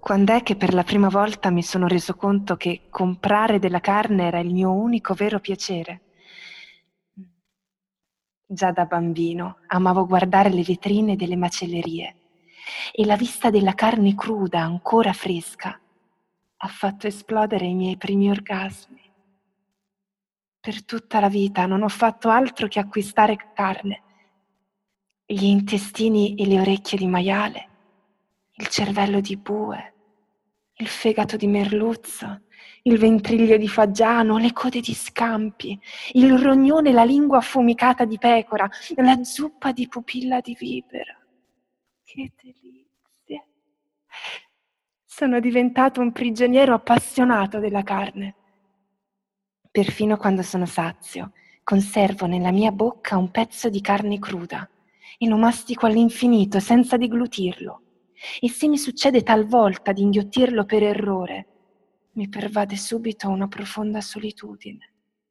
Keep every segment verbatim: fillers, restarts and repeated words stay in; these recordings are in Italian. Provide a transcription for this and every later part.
Quand'è che per la prima volta mi sono reso conto che comprare della carne era il mio unico vero piacere? Già da bambino amavo guardare le vetrine delle macellerie e la vista della carne cruda ancora fresca ha fatto esplodere i miei primi orgasmi. Per tutta la vita non ho fatto altro che acquistare carne, gli intestini e le orecchie di maiale, il cervello di bue, il fegato di merluzzo, il ventriglio di fagiano, le code di scampi, il rognone e la lingua affumicata di pecora, la zuppa di pupilla di vipera. Che delizie! Sono diventato un prigioniero appassionato della carne. Perfino quando sono sazio, conservo nella mia bocca un pezzo di carne cruda e lo mastico all'infinito senza deglutirlo. E se mi succede talvolta di inghiottirlo per errore, mi pervade subito una profonda solitudine.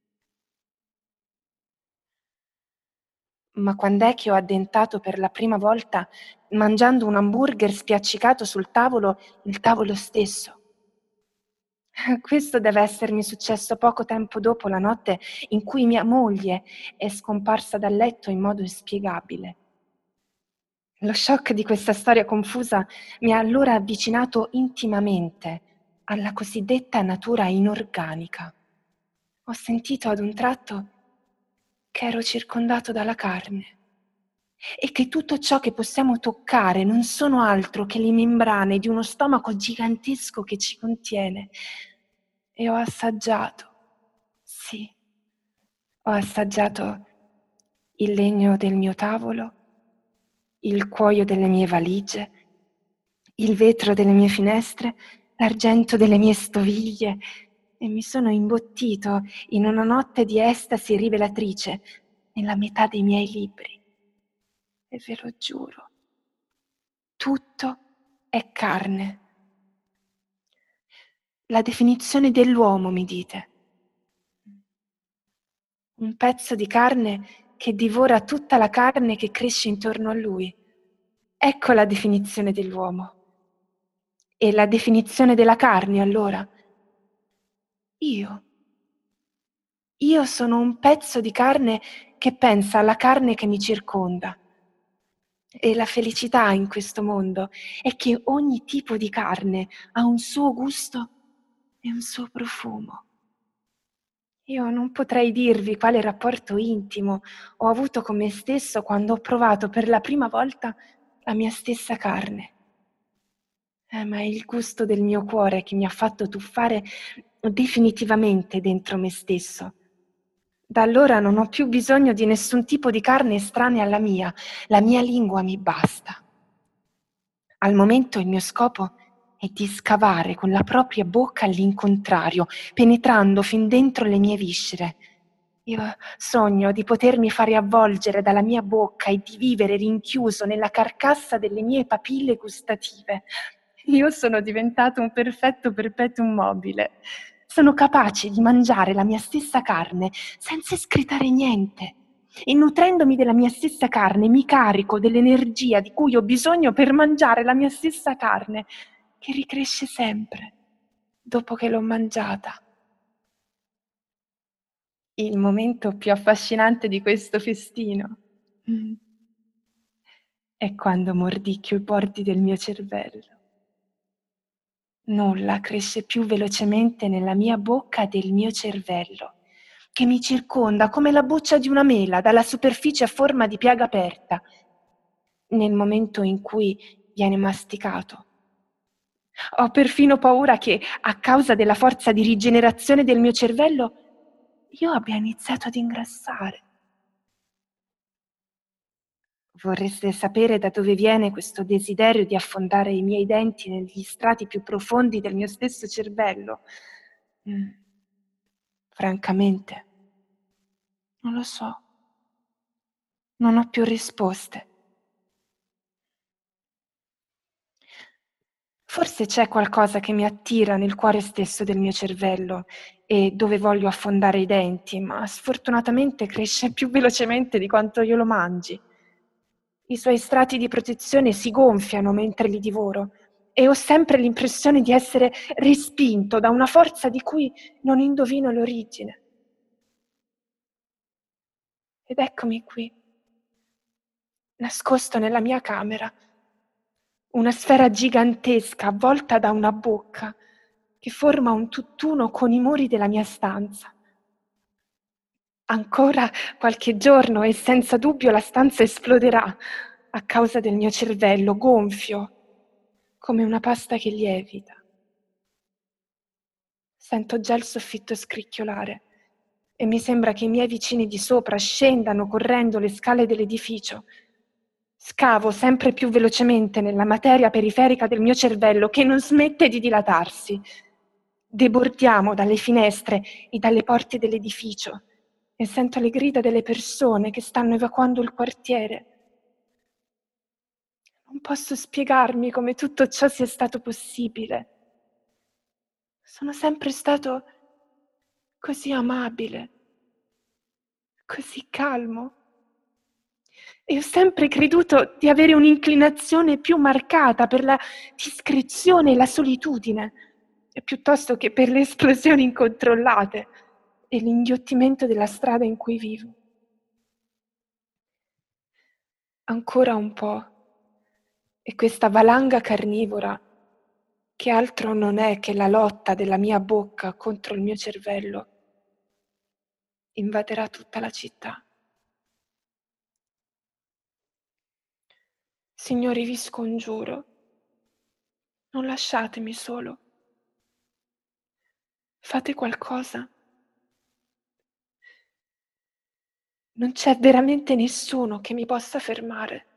Ma quand'è che ho addentato per la prima volta, mangiando un hamburger spiaccicato sul tavolo, il tavolo stesso? Questo deve essermi successo poco tempo dopo la notte in cui mia moglie è scomparsa dal letto in modo inspiegabile. Lo shock di questa storia confusa mi ha allora avvicinato intimamente alla cosiddetta natura inorganica. Ho sentito ad un tratto che ero circondato dalla carne e che tutto ciò che possiamo toccare non sono altro che le membrane di uno stomaco gigantesco che ci contiene. E ho assaggiato, sì, ho assaggiato il legno del mio tavolo, il cuoio delle mie valigie, il vetro delle mie finestre, l'argento delle mie stoviglie, e mi sono imbottito in una notte di estasi rivelatrice nella metà dei miei libri. E ve lo giuro, tutto è carne. La definizione dell'uomo, mi dite. Un pezzo di carne che divora tutta la carne che cresce intorno a lui. Ecco la definizione dell'uomo. E la definizione della carne, allora? Io. Io sono un pezzo di carne che pensa alla carne che mi circonda. E la felicità in questo mondo è che ogni tipo di carne ha un suo gusto e un suo profumo. Io non potrei dirvi quale rapporto intimo ho avuto con me stesso quando ho provato per la prima volta la mia stessa carne. Eh, ma è il gusto del mio cuore che mi ha fatto tuffare definitivamente dentro me stesso. Da allora non ho più bisogno di nessun tipo di carne estranea alla mia, la mia lingua mi basta. Al momento il mio scopo è di scavare con la propria bocca all'incontrario, penetrando fin dentro le mie viscere. Io sogno di potermi fare avvolgere dalla mia bocca e di vivere rinchiuso nella carcassa delle mie papille gustative. Io sono diventato un perfetto perpetuum mobile. Sono capace di mangiare la mia stessa carne senza escretare niente. E nutrendomi della mia stessa carne mi carico dell'energia di cui ho bisogno per mangiare la mia stessa carne, che ricresce sempre dopo che l'ho mangiata. Il momento più affascinante di questo festino mm, è quando mordicchio i bordi del mio cervello. Nulla cresce più velocemente nella mia bocca del mio cervello, che mi circonda come la buccia di una mela dalla superficie a forma di piaga aperta, nel momento in cui viene masticato. Ho perfino paura che, a causa della forza di rigenerazione del mio cervello, io abbia iniziato ad ingrassare. Vorreste sapere da dove viene questo desiderio di affondare i miei denti negli strati più profondi del mio stesso cervello? Mm. Francamente, non lo so. Non ho più risposte. Forse c'è qualcosa che mi attira nel cuore stesso del mio cervello e dove voglio affondare i denti, ma sfortunatamente cresce più velocemente di quanto io lo mangi. I suoi strati di protezione si gonfiano mentre li divoro e ho sempre l'impressione di essere respinto da una forza di cui non indovino l'origine. Ed eccomi qui, nascosto nella mia camera, una sfera gigantesca avvolta da una bocca che forma un tutt'uno con i muri della mia stanza. Ancora qualche giorno e senza dubbio la stanza esploderà a causa del mio cervello gonfio come una pasta che lievita. Sento già il soffitto scricchiolare e mi sembra che i miei vicini di sopra scendano correndo le scale dell'edificio. Scavo sempre più velocemente nella materia periferica del mio cervello che non smette di dilatarsi. Debordiamo dalle finestre e dalle porte dell'edificio e sento le grida delle persone che stanno evacuando il quartiere. Non posso spiegarmi come tutto ciò sia stato possibile. Sono sempre stato così amabile, così calmo. E ho sempre creduto di avere un'inclinazione più marcata per la discrezione e la solitudine, piuttosto che per le esplosioni incontrollate e l'inghiottimento della strada in cui vivo. Ancora un po', e questa valanga carnivora, che altro non è che la lotta della mia bocca contro il mio cervello, invaderà tutta la città. Signori, vi scongiuro, non lasciatemi solo. Fate qualcosa. Non c'è veramente nessuno che mi possa fermare.